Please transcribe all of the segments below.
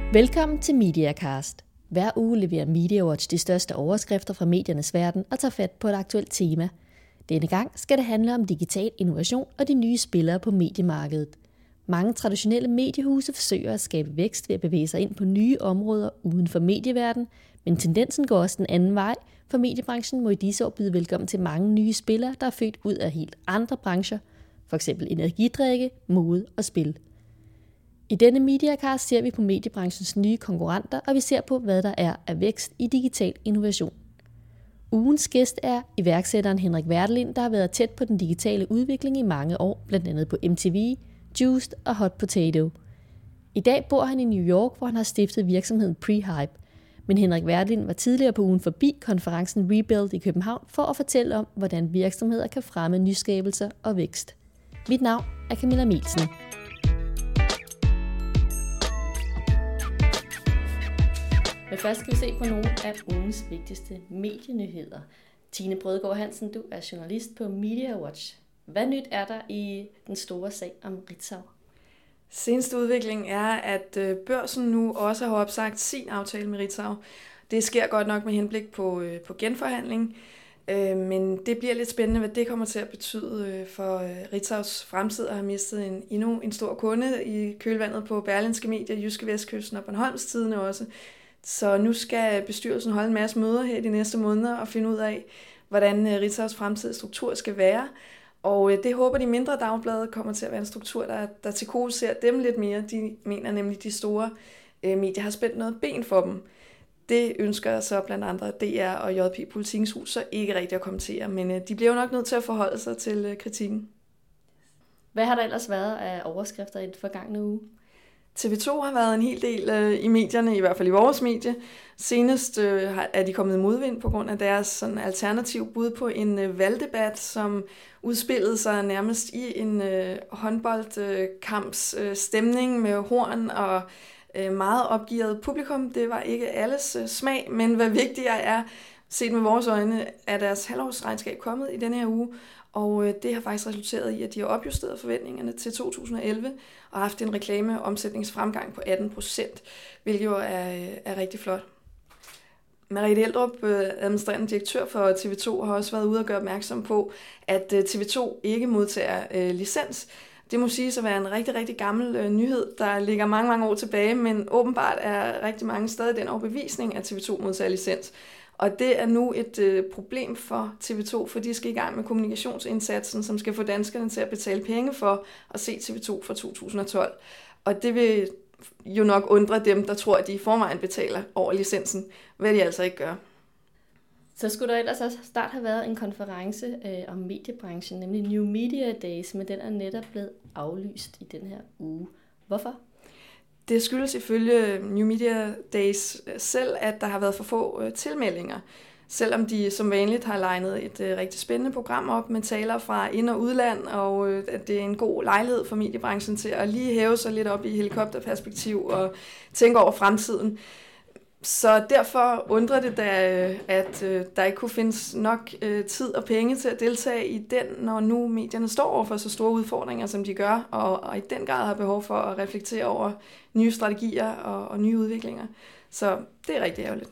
Velkommen til MediaCast. Hver uge leverer MediaWatch de største overskrifter fra mediernes verden og tager fat på et aktuelt tema. Denne gang skal det handle om digital innovation og de nye spillere på mediemarkedet. Mange traditionelle mediehuse forsøger at skabe vækst ved at bevæge sig ind på nye områder uden for medieverdenen, men tendensen går også den anden vej, for mediebranchen må i disse år byde velkommen til mange nye spillere, der er født ud af helt andre brancher, f.eks. energidrikke, mode og spil. I denne MediaCast ser vi på mediebranchens nye konkurrenter, og vi ser på, hvad der er af vækst i digital innovation. Ugens gæst er iværksætteren Henrik Werdelin, der har været tæt på den digitale udvikling i mange år, blandt andet på MTV, Juiced og Hot Potato. I dag bor han i New York, hvor han har stiftet virksomheden Prehype. Men Henrik Werdelin var tidligere på ugen forbi konferencen Rebuild i København for at fortælle om, hvordan virksomheder kan fremme nyskabelser og vækst. Mit navn er Camilla Mielsen. Men først skal vi se på nogle af ugens vigtigste medienyheder. Tine Brødgaard Hansen, du er journalist på MediaWatch. Hvad nyt er der i den store sag om Ritzau? Seneste udvikling er, at Børsen nu også har opsagt sin aftale med Ritzau. Det sker godt nok med henblik på genforhandling, men det bliver lidt spændende, hvad det kommer til at betyde for Ritzaus fremtid at have mistet endnu en stor kunde i kølvandet på Berlingske Medier, Jyske Vestkysten og Bornholms Tidende også. Så nu skal bestyrelsen holde en masse møder her de næste måneder og finde ud af, hvordan Ritzaus fremtidige struktur skal være. Og det håber de mindre dagblade kommer til at være en struktur, der tilgodeser dem lidt mere. De mener nemlig, at de store medier har spændt noget ben for dem. Det ønsker så blandt andre DR og JP Politikens Hus så ikke rigtig at kommentere, men de bliver jo nok nødt til at forholde sig til kritikken. Hvad har der ellers været af overskrifter i den forgangne uge? TV2 har været en hel del i medierne, i hvert fald i vores medie. Senest er de kommet i modvind på grund af deres sådan alternativ bud på en valgdebat, som udspillede sig nærmest i en håndboldkamps stemning med horn og meget opgivet publikum. Det var ikke alles smag, men hvad vigtigere er, set med vores øjne, er deres halvårsregnskab kommet i denne her uge, og det har faktisk resulteret i, at de har opjusteret forventningerne til 2011 og haft en reklameomsætningsfremgang på 18%, hvilket jo er rigtig flot. Mariette Eldrup, administrerende direktør for TV2, har også været ude og gøre opmærksom på, at TV2 ikke modtager licens. Det må siges at være en rigtig, rigtig gammel nyhed, der ligger mange, mange år tilbage, men åbenbart er rigtig mange stadig den overbevisning, at TV2 modtager licens. Og det er nu et problem for TV2, for de skal i gang med kommunikationsindsatsen, som skal få danskerne til at betale penge for at se TV2 fra 2012. Og det vil jo nok undre dem, der tror, at de i forvejen betaler over licensen, hvad de altså ikke gør. Så skulle der ellers også snart have været en konference om mediebranchen, nemlig New Media Days, men den er netop blevet aflyst i den her uge. Hvorfor? Det skyldes ifølge New Media Days selv, at der har været for få tilmeldinger. Selvom de som vanligt har legnet et rigtig spændende program op med taler fra ind- og udland, og at det er en god lejlighed for mediebranchen til at lige hæve sig lidt op i helikopterperspektiv og tænke over fremtiden. Så derfor undrer det da, at der ikke kunne findes nok tid og penge til at deltage i den, når nu medierne står over for så store udfordringer, som de gør, og i den grad har behov for at reflektere over nye strategier og nye udviklinger. Så det er rigtig ærgerligt.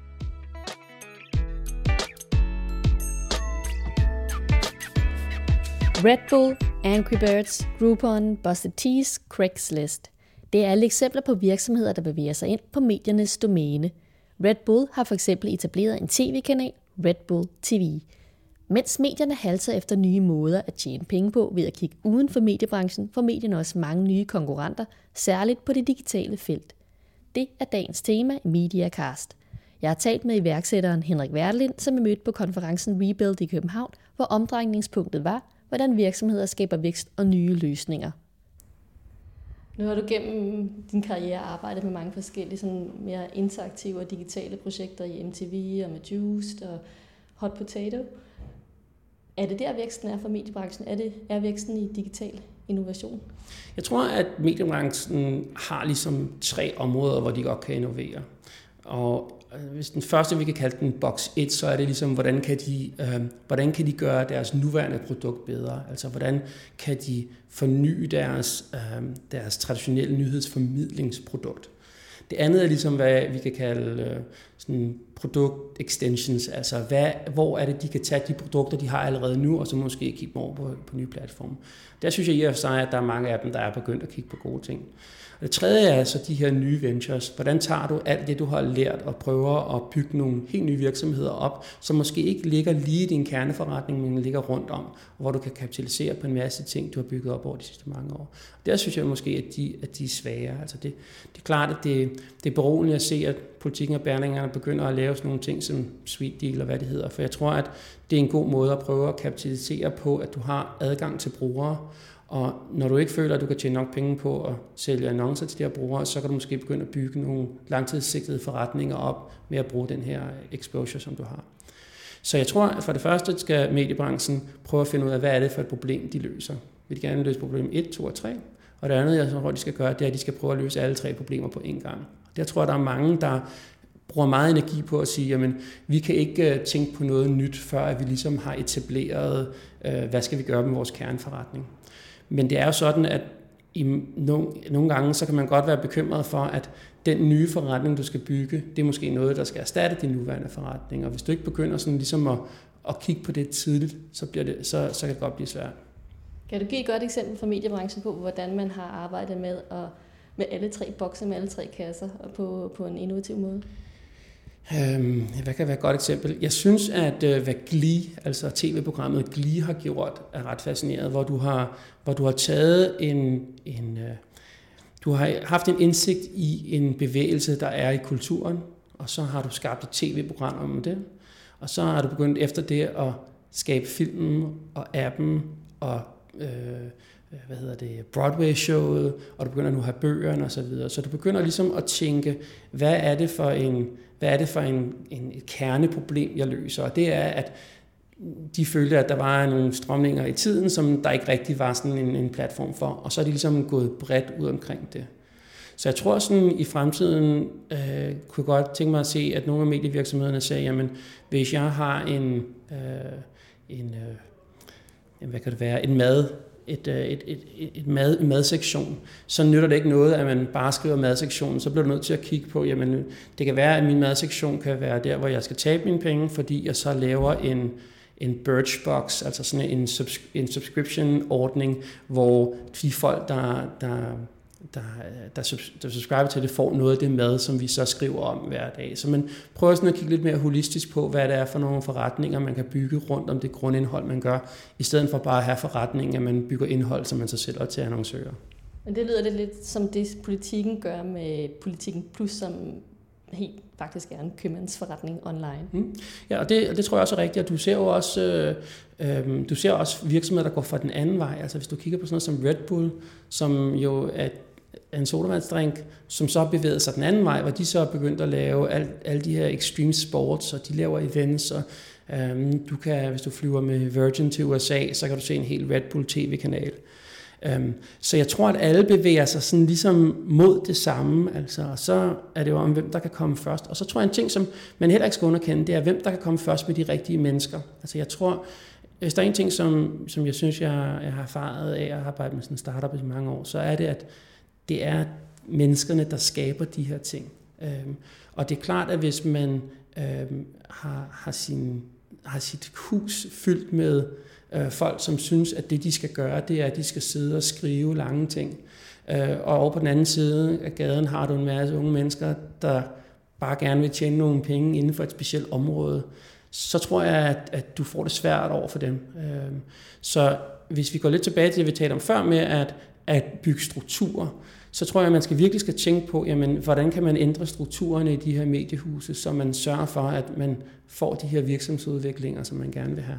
Red Bull, Angry Birds, Groupon, Busted Tees, Craigslist. Det er alle eksempler på virksomheder, der bevæger sig ind på mediernes domæne. Red Bull har for eksempel etableret en tv-kanal, Red Bull TV. Mens medierne halser efter nye måder at tjene penge på ved at kigge uden for mediebranchen, får medierne også mange nye konkurrenter, særligt på det digitale felt. Det er dagens tema i MediaCast. Jeg har talt med iværksætteren Henrik Werdelin, som er mødt på konferencen Rebuild i København, hvor omdrejningspunktet var, hvordan virksomheder skaber vækst og nye løsninger. Nu har du gennem din karriere arbejdet med mange forskellige sådan mere interaktive og digitale projekter i MTV og med Juiced og Hot Potato. Er det der væksten er for mediebranchen? Er væksten i digital innovation? Jeg tror, at mediebranchen har ligesom 3 områder, hvor de godt kan innovere. Og hvis den første, vi kan kalde den box 1, så er det ligesom, hvordan kan de gøre deres nuværende produkt bedre? Altså, hvordan kan de forny deres traditionelle nyhedsformidlingsprodukt? Det andet er ligesom, hvad vi kan kalde sådan produkt extensions, altså hvor er det, de kan tage de produkter, de har allerede nu, og så måske kigge dem over på nye platforme. Der synes jeg i og for sig, at der er mange af dem, der er begyndt at kigge på gode ting. Og det tredje er så de her nye ventures. Hvordan tager du alt det, du har lært, og prøver at bygge nogle helt nye virksomheder op, som måske ikke ligger lige i din kerneforretning, men ligger rundt om, hvor du kan kapitalisere på en masse ting, du har bygget op over de sidste mange år. Der synes jeg måske, at de er svære. Altså det er klart, at det er beroligende at se, at Politikken og Berlingerne begynder at lave sådan nogle ting som Sweet Deal og hvad det hedder. For jeg tror, at det er en god måde at prøve at kapitalisere på, at du har adgang til brugere. Og når du ikke føler, at du kan tjene nok penge på at sælge annoncer til de her brugere, så kan du måske begynde at bygge nogle langtidssigtede forretninger op med at bruge den her exposure, som du har. Så jeg tror, at for det første skal mediebranchen prøve at finde ud af, hvad er det for et problem, de løser. Vil de gerne løse problem 1, 2 og 3? Og det andet, jeg tror, de skal gøre, det er, at de skal prøve at løse alle 3 problemer på én gang. Der tror jeg, der er mange, der bruger meget energi på at sige, jamen, vi kan ikke tænke på noget nyt, før at vi ligesom har etableret, hvad skal vi gøre med vores kerneforretning. Men det er jo sådan, at nogle gange, så kan man godt være bekymret for, at den nye forretning, du skal bygge, det er måske noget, der skal erstatte din nuværende forretning. Og hvis du ikke begynder sådan ligesom at kigge på det tidligt, så kan det godt blive svært. Kan du give et godt eksempel fra mediebranchen på, hvordan man har arbejdet med alle 3 bokse, med alle 3 kasser, og på en innovativ måde? Hvad kan være et godt eksempel? Jeg synes, at hvad Glee, altså tv-programmet Glee har gjort, er ret fascineret, hvor du har taget du har haft en indsigt i en bevægelse, der er i kulturen, og så har du skabt et tv-program om det, og så har du begyndt efter det at skabe filmen og appen og Broadway-showet, og du begynder nu at have bøgerne og så videre. Så du begynder ligesom at tænke, hvad er det for et kerneproblem, jeg løser? Og det er, at de følte, at der var nogle strømninger i tiden, som der ikke rigtig var sådan en platform for, og så er de ligesom gået bredt ud omkring det. Så jeg tror sådan, i fremtiden kunne jeg godt tænke mig at se, at nogle af medievirksomhederne sagde, jamen, hvis jeg har en madsektion, så nytter det ikke noget, at man bare skriver madsektionen, så bliver du nødt til at kigge på, jamen, det kan være, at min madsektion kan være der, hvor jeg skal tabe mine penge, fordi jeg så laver en Birchbox, altså sådan en subscription-ordning, hvor de folk, der subscriber til det, får noget af det mad, som vi så skriver om hver dag. Så man prøver sådan at kigge lidt mere holistisk på, hvad det er for nogle forretninger, man kan bygge rundt om det grundindhold, man gør, i stedet for bare at have forretninger, at man bygger indhold, som man så sælger til annoncører. Men det lyder lidt som det, Politikken gør med Politikken Plus, som helt faktisk er en købmandsforretning online. Ja, og det tror jeg også er rigtigt, og du ser også virksomheder, der går fra den anden vej. Altså hvis du kigger på sådan noget som Red Bull, som jo er en sodavandsdrink, som så bevæger sig den anden vej, hvor de så er begyndt at lave alle de her extreme sports, og de laver events, og du kan, hvis du flyver med Virgin til USA, så kan du se en hel Red Bull tv-kanal. Så jeg tror, at alle bevæger sig sådan ligesom mod det samme, altså, og så er det jo om, hvem der kan komme først. Og så tror jeg, en ting, som man heller ikke skal underkende, det er, hvem der kan komme først med de rigtige mennesker. Altså jeg tror, hvis der er en ting, som jeg synes, jeg har erfaret af at arbejde med sådan en startup i mange år, så er det, at det er menneskerne, der skaber de her ting. Og det er klart, at hvis man har sit hus fyldt med folk, som synes, at det, de skal gøre, det er, at de skal sidde og skrive lange ting. Og over på den anden side af gaden har du en masse unge mennesker, der bare gerne vil tjene nogle penge inden for et specielt område. Så tror jeg, at du får det svært over for dem. Så hvis vi går lidt tilbage til det, vi talte om før med at bygge strukturer, så tror jeg, at man virkelig skal tænke på, jamen, hvordan kan man ændre strukturerne i de her mediehuse, så man sørger for, at man får de her virksomhedsudviklinger, som man gerne vil have.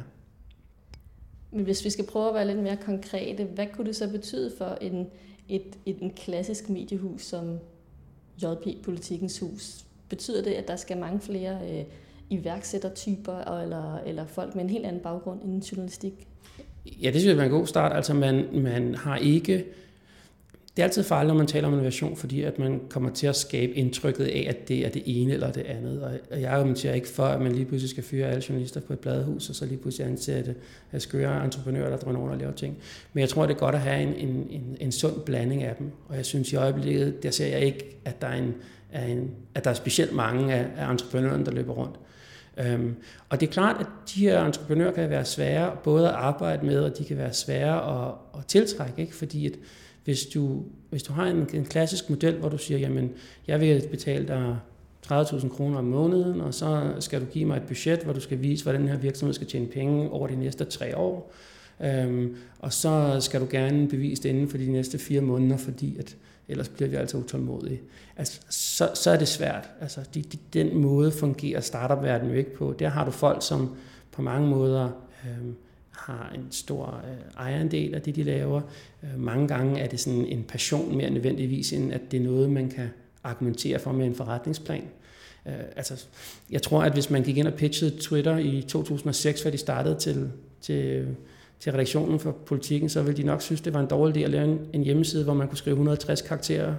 Men hvis vi skal prøve at være lidt mere konkrete, hvad kunne det så betyde for en klassisk mediehus som JP Politikens Hus? Betyder det, at der skal mange flere iværksættertyper eller folk med en helt anden baggrund end journalistik? Ja, det synes jeg er en god start. Altså man har ikke... Det er altid farligt, når man taler om innovation, fordi at man kommer til at skabe indtrykket af, at det er det ene eller det andet. Og jeg argumenterer ikke for, at man lige pludselig skal fyre alle journalister på et bladhus, og så lige pludselig ansætte skøre entreprenører, der drøner rundt og laver ting. Men jeg tror, det er godt at have en sund blanding af dem. Og jeg synes i øjeblikket, der ser jeg ikke, at der er specielt mange af entreprenørerne, der løber rundt. Og det er klart, at de her entreprenører kan være svære både at arbejde med, og de kan være svære at tiltrække, ikke? Fordi at hvis du har en klassisk model, hvor du siger, jamen, jeg vil betale dig 30.000 kroner om måneden, og så skal du give mig et budget, hvor du skal vise, hvordan den her virksomhed skal tjene penge over de næste 3 år. Og så skal du gerne bevise det inden for de næste 4 måneder, fordi at ellers bliver vi altså utålmodige. Altså, så er det svært. Altså, den måde fungerer startup-verdenen jo ikke på. Der har du folk, som på mange måder har en stor ejerandel af det, de laver. Mange gange er det sådan en passion mere nødvendigvis, end at det er noget, man kan argumentere for med en forretningsplan. Altså, jeg tror, at hvis man gik ind og pitchede Twitter i 2006, før de startede til redaktionen for Politikken, så ville de nok synes, det var en dårlig idé at lave en hjemmeside, hvor man kunne skrive 160 karakterer.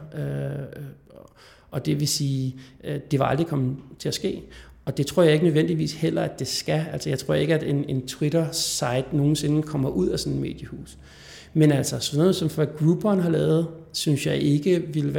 Og det vil sige, det var aldrig kommet til at ske. Og det tror jeg ikke nødvendigvis heller, at det skal. Altså, jeg tror ikke, at en Twitter-site nogensinde kommer ud af sådan et mediehus. Men altså, sådan noget som for Groupon har lavet, synes jeg ikke ville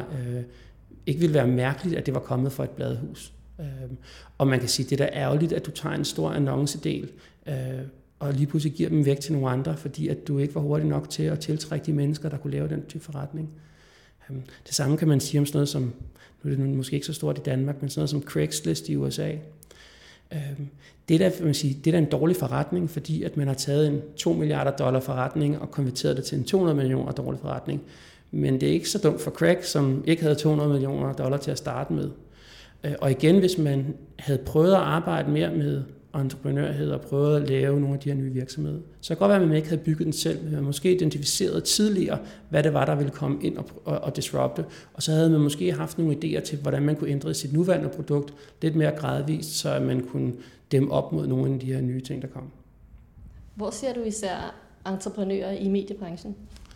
være mærkeligt, at det var kommet fra et bladhus. Og man kan sige, at det er da ærgerligt, at du tager en stor annoncedel, og lige pludselig giver dem væk til nogle andre, fordi at du ikke var hurtig nok til at tiltrække de mennesker, der kunne lave den type forretning. Det samme kan man sige om sådan noget som, nu er det måske ikke så stort i Danmark, men sådan noget som Craigslist i USA. Det er da en dårlig forretning, fordi at man har taget en $2 milliarder forretning og konverteret det til en $200 millioner dårlig forretning. Men det er ikke så dumt for Craig, som ikke havde $200 millioner til at starte med. Og igen, hvis man havde prøvet at arbejde mere med entreprenørhed og prøvet at lave nogle af de her nye virksomheder, så kan det godt være, at man ikke havde bygget den selv, men man måske identificeret tidligere, hvad det var, der ville komme ind og disrupte, og så havde man måske haft nogle idéer til, hvordan man kunne ændre sit nuværende produkt lidt mere gradvist, så at man kunne dæmme op mod nogle af de her nye ting, der kom. Hvor ser du især entreprenører i mediebranchen?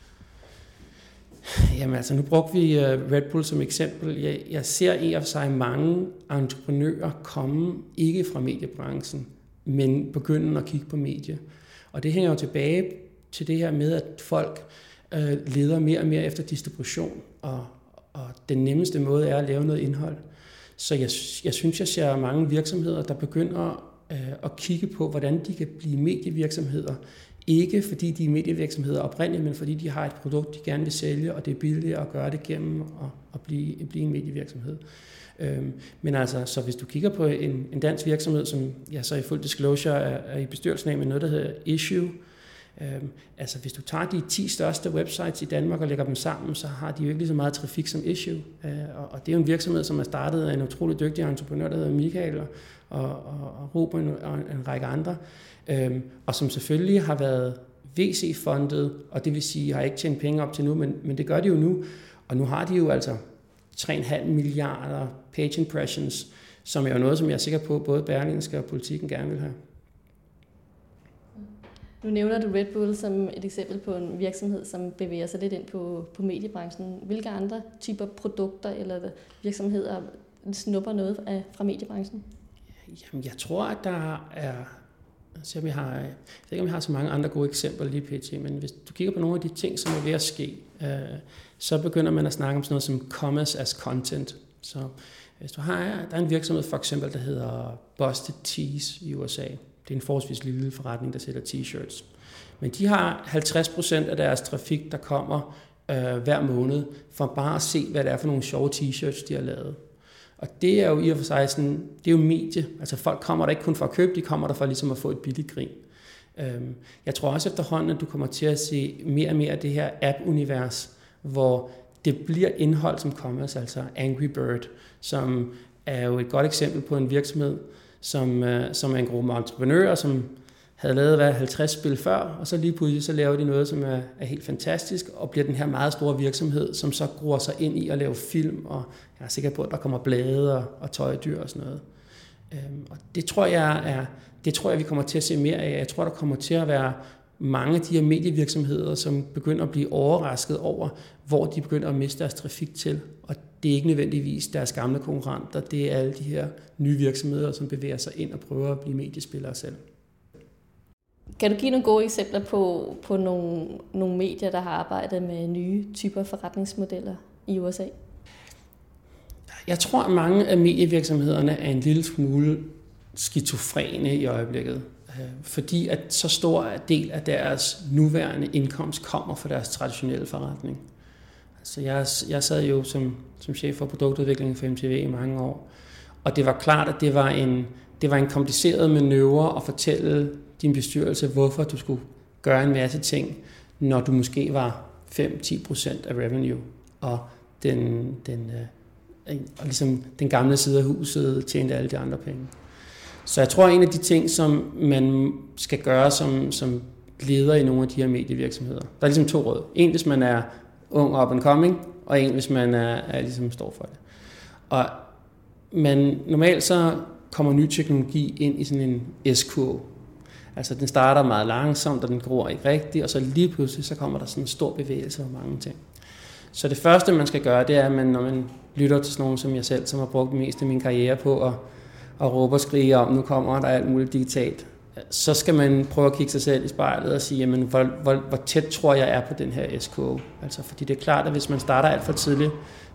Jamen altså, nu brugte vi Red Bull som eksempel. Jeg ser i og for sig mange entreprenører komme, ikke fra mediebranchen, men begynde at kigge på medie. Og det hænger jo tilbage til det her med, at folk leder mere og mere efter distribution, og den nemmeste måde er at lave noget indhold. Så jeg synes, jeg ser mange virksomheder, der begynder at kigge på, hvordan de kan blive medievirksomheder. Ikke fordi de er medievirksomheder oprindeligt, men fordi de har et produkt, de gerne vil sælge, og det er billigt at gøre det gennem at blive en medievirksomhed. Men altså, så hvis du kigger på en dansk virksomhed, som jeg så i fuld disclosure er i bestyrelsen af med noget, der hedder Issue, altså hvis du tager de 10 største websites i Danmark og lægger dem sammen, så har de jo ikke lige så meget trafik som Issue. Og det er jo en virksomhed, som er startet af en utrolig dygtig entreprenør, der hedder Michael og Ruben og en række andre. Og som selvfølgelig har været VC-fundet, og det vil sige, har ikke tjent penge op til nu, men det gør de jo nu. Og nu har de jo altså 3,5 milliarder page impressions, som er jo noget, som jeg er sikker på, både Berlingske og Politikken gerne vil have. Nu nævner du Red Bull som et eksempel på en virksomhed, som bevæger sig lidt ind på mediebranchen. Hvilke andre typer produkter eller virksomheder snupper noget fra mediebranchen? Jamen, jeg tror, at der er... Jeg ved ikke, om jeg har så mange andre gode eksempler lige pt, men hvis du kigger på nogle af de ting, som er ved at ske, så begynder man at snakke om sådan noget som commerce as content. Så hvis der er en virksomhed for eksempel, der hedder Busted Tees i USA. Det er en forholdsvis lille forretning, der sælger t-shirts. Men de har 50% af deres trafik, der kommer hver måned, for bare at se, hvad det er for nogle sjove t-shirts, de har lavet. Og det er jo i og for sig sådan, det er jo medie. Altså folk kommer der ikke kun for at købe, de kommer der for ligesom at få et billigt grin. Jeg tror også efterhånden, at du kommer til at se mere og mere af det her app-univers, hvor det bliver indhold som commerce, altså Angry Bird, som er jo et godt eksempel på en virksomhed, som er en gruppe entreprenører, som havde lavet 50 spil før, og så lige pludselig så laver de noget, som er helt fantastisk, og bliver den her meget store virksomhed, som så gror sig ind i at lave film, og jeg er sikker på, at der kommer blade og tøjdyr og sådan noget. Og det tror jeg, vi kommer til at se mere af. Jeg tror, der kommer til at være mange af de her medievirksomheder, som begynder at blive overrasket over, hvor de begynder at miste deres trafik til. Og det er ikke nødvendigvis deres gamle konkurrenter, det er alle de her nye virksomheder, som bevæger sig ind og prøver at blive mediespillere selv. Kan du give nogle gode eksempler på nogle medier, der har arbejdet med nye typer forretningsmodeller i USA? Jeg tror, at mange af medievirksomhederne er en lille smule skizofrene i øjeblikket, fordi at så stor del af deres nuværende indkomst kommer fra deres traditionelle forretning. Altså jeg sad jo som chef for produktudvikling for MTV i mange år, og det var klart, at det var en kompliceret manøvre at fortælle din bestyrelse, hvorfor du skulle gøre en masse ting, når du måske var 5-10% af revenue, og ligesom den gamle side af huset tjente alle de andre penge. Så jeg tror, at en af de ting, som man skal gøre som leder i nogle af de her medievirksomheder, der er ligesom 2 råd. En, hvis man er ung og up and coming, og en, hvis man er ligesom står for det. Og normalt så kommer ny teknologi ind i sådan en S-kurve. Altså den starter meget langsomt, og den gror ikke rigtigt, og så lige pludselig så kommer der sådan en stor bevægelse og mange ting. Så det første, man skal gøre, det er, at når man lytter til sådan nogen som jeg selv, som har brugt mest af min karriere på at råbe og skrige om, nu kommer der alt muligt digitalt, så skal man prøve at kigge sig selv i spejlet og sige, jamen, hvor tæt tror jeg er på den her S-kurve. Altså, fordi det er klart, at hvis man starter alt for tidligt,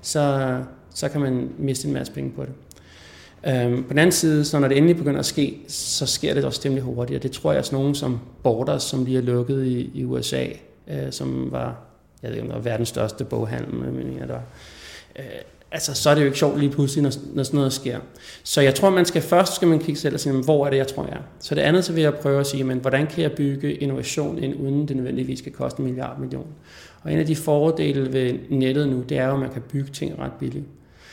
så kan man miste en masse penge på det. På den anden side, så når det endelig begynder at ske, så sker det også temmelig hurtigt. Og det tror jeg er sådan nogen som Borders, som lige er lukket i USA, som var, jeg ved ikke, om det var verdens største boghandel, men det var. Altså, så er det jo ikke sjovt lige pludselig, når sådan noget sker. Så jeg tror, først skal man kigge selv og sige, hvor er det, jeg tror, jeg er. Så det andet, så vil jeg prøve at sige, men hvordan kan jeg bygge innovation ind, uden det nødvendigvis skal koste 1 milliard million. Og en af de fordele ved nettet nu, det er jo, at man kan bygge ting ret billigt.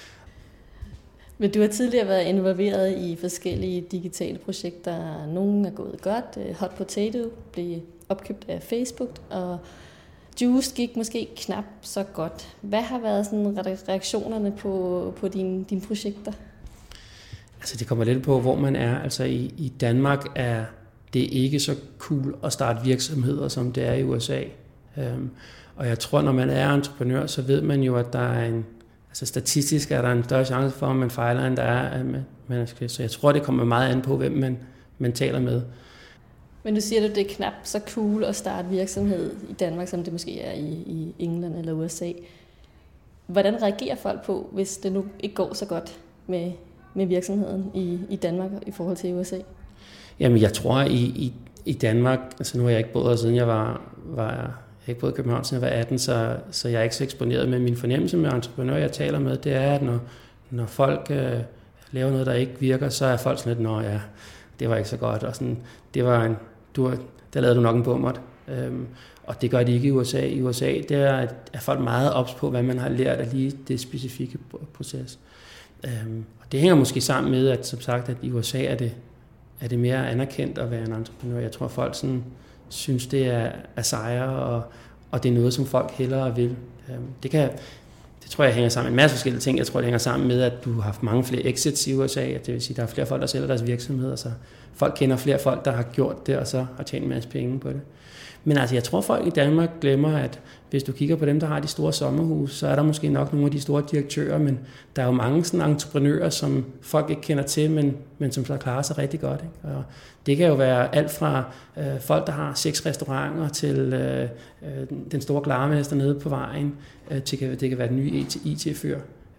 Men du har tidligere været involveret i forskellige digitale projekter. Nogle er gået godt. Hot Potato blev opkøbt af Facebook, og Juice gik måske knap så godt. Hvad har været sådan reaktionerne på dine projekter? Altså det kommer lidt på, hvor man er. Altså i Danmark er det ikke så cool at starte virksomheder, som det er i USA. Og jeg tror, når man er entreprenør, så ved man jo, at der er altså statistisk er der en større chance for, at man fejler, end der er. Så jeg tror, det kommer meget an på, hvem man taler med. Men du siger, at det er knap så cool at starte virksomhed i Danmark, som det måske er i England eller USA. Hvordan reagerer folk på, hvis det nu ikke går så godt med virksomheden i Danmark i forhold til USA? Jamen, jeg tror i Danmark, altså nu har jeg ikke boet her siden jeg var jeg har ikke boet i København, siden jeg var 18, så jeg er ikke så eksponeret med min fornemmelse med entreprenører, jeg taler med. Det er, at når folk laver noget, der ikke virker, så er folk sådan lidt, nå ja, det var ikke så godt. Og sådan, der lavede du nok en bummert. Og det gør de ikke i USA. I USA der er folk meget ops på, hvad man har lært af lige det specifikke proces. Og det hænger måske sammen med, at som sagt, at i USA er det mere anerkendt at være en entreprenør. Jeg tror, folk sådan synes, det er sejre, og det er noget, som folk hellere vil. Det tror jeg hænger sammen med en masse forskellige ting. Jeg tror, det hænger sammen med, at du har haft mange flere exits i USA. Det vil sige, at der er flere folk, der sælger deres virksomheder, så folk kender flere folk, der har gjort det, og så har tjent en masse penge på det. Men altså, jeg tror, folk i Danmark glemmer, at hvis du kigger på dem, der har de store sommerhuse, så er der måske nok nogle af de store direktører, men der er jo mange sådan entreprenører, som folk ikke kender til, men som så klarer sig rigtig godt. Ikke? Og det kan jo være alt fra folk, der har 6 restauranter, til den store glarmester nede på vejen, til det kan være den nye IT-fyr.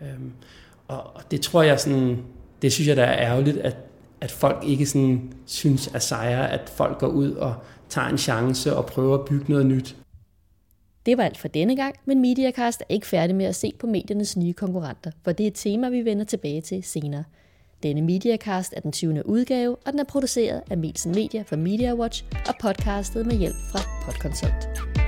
Og det tror jeg sådan, det synes jeg, der er ærgerligt, at folk ikke sådan synes er sejre, at folk går ud og tager en chance og prøver at bygge noget nyt. Det var alt for denne gang, men Mediacast er ikke færdig med at se på mediernes nye konkurrenter, for det er et tema, vi vender tilbage til senere. Denne Mediacast er den 20. udgave, og den er produceret af Melsen Media for Media Watch og podcastet med hjælp fra Podconsult.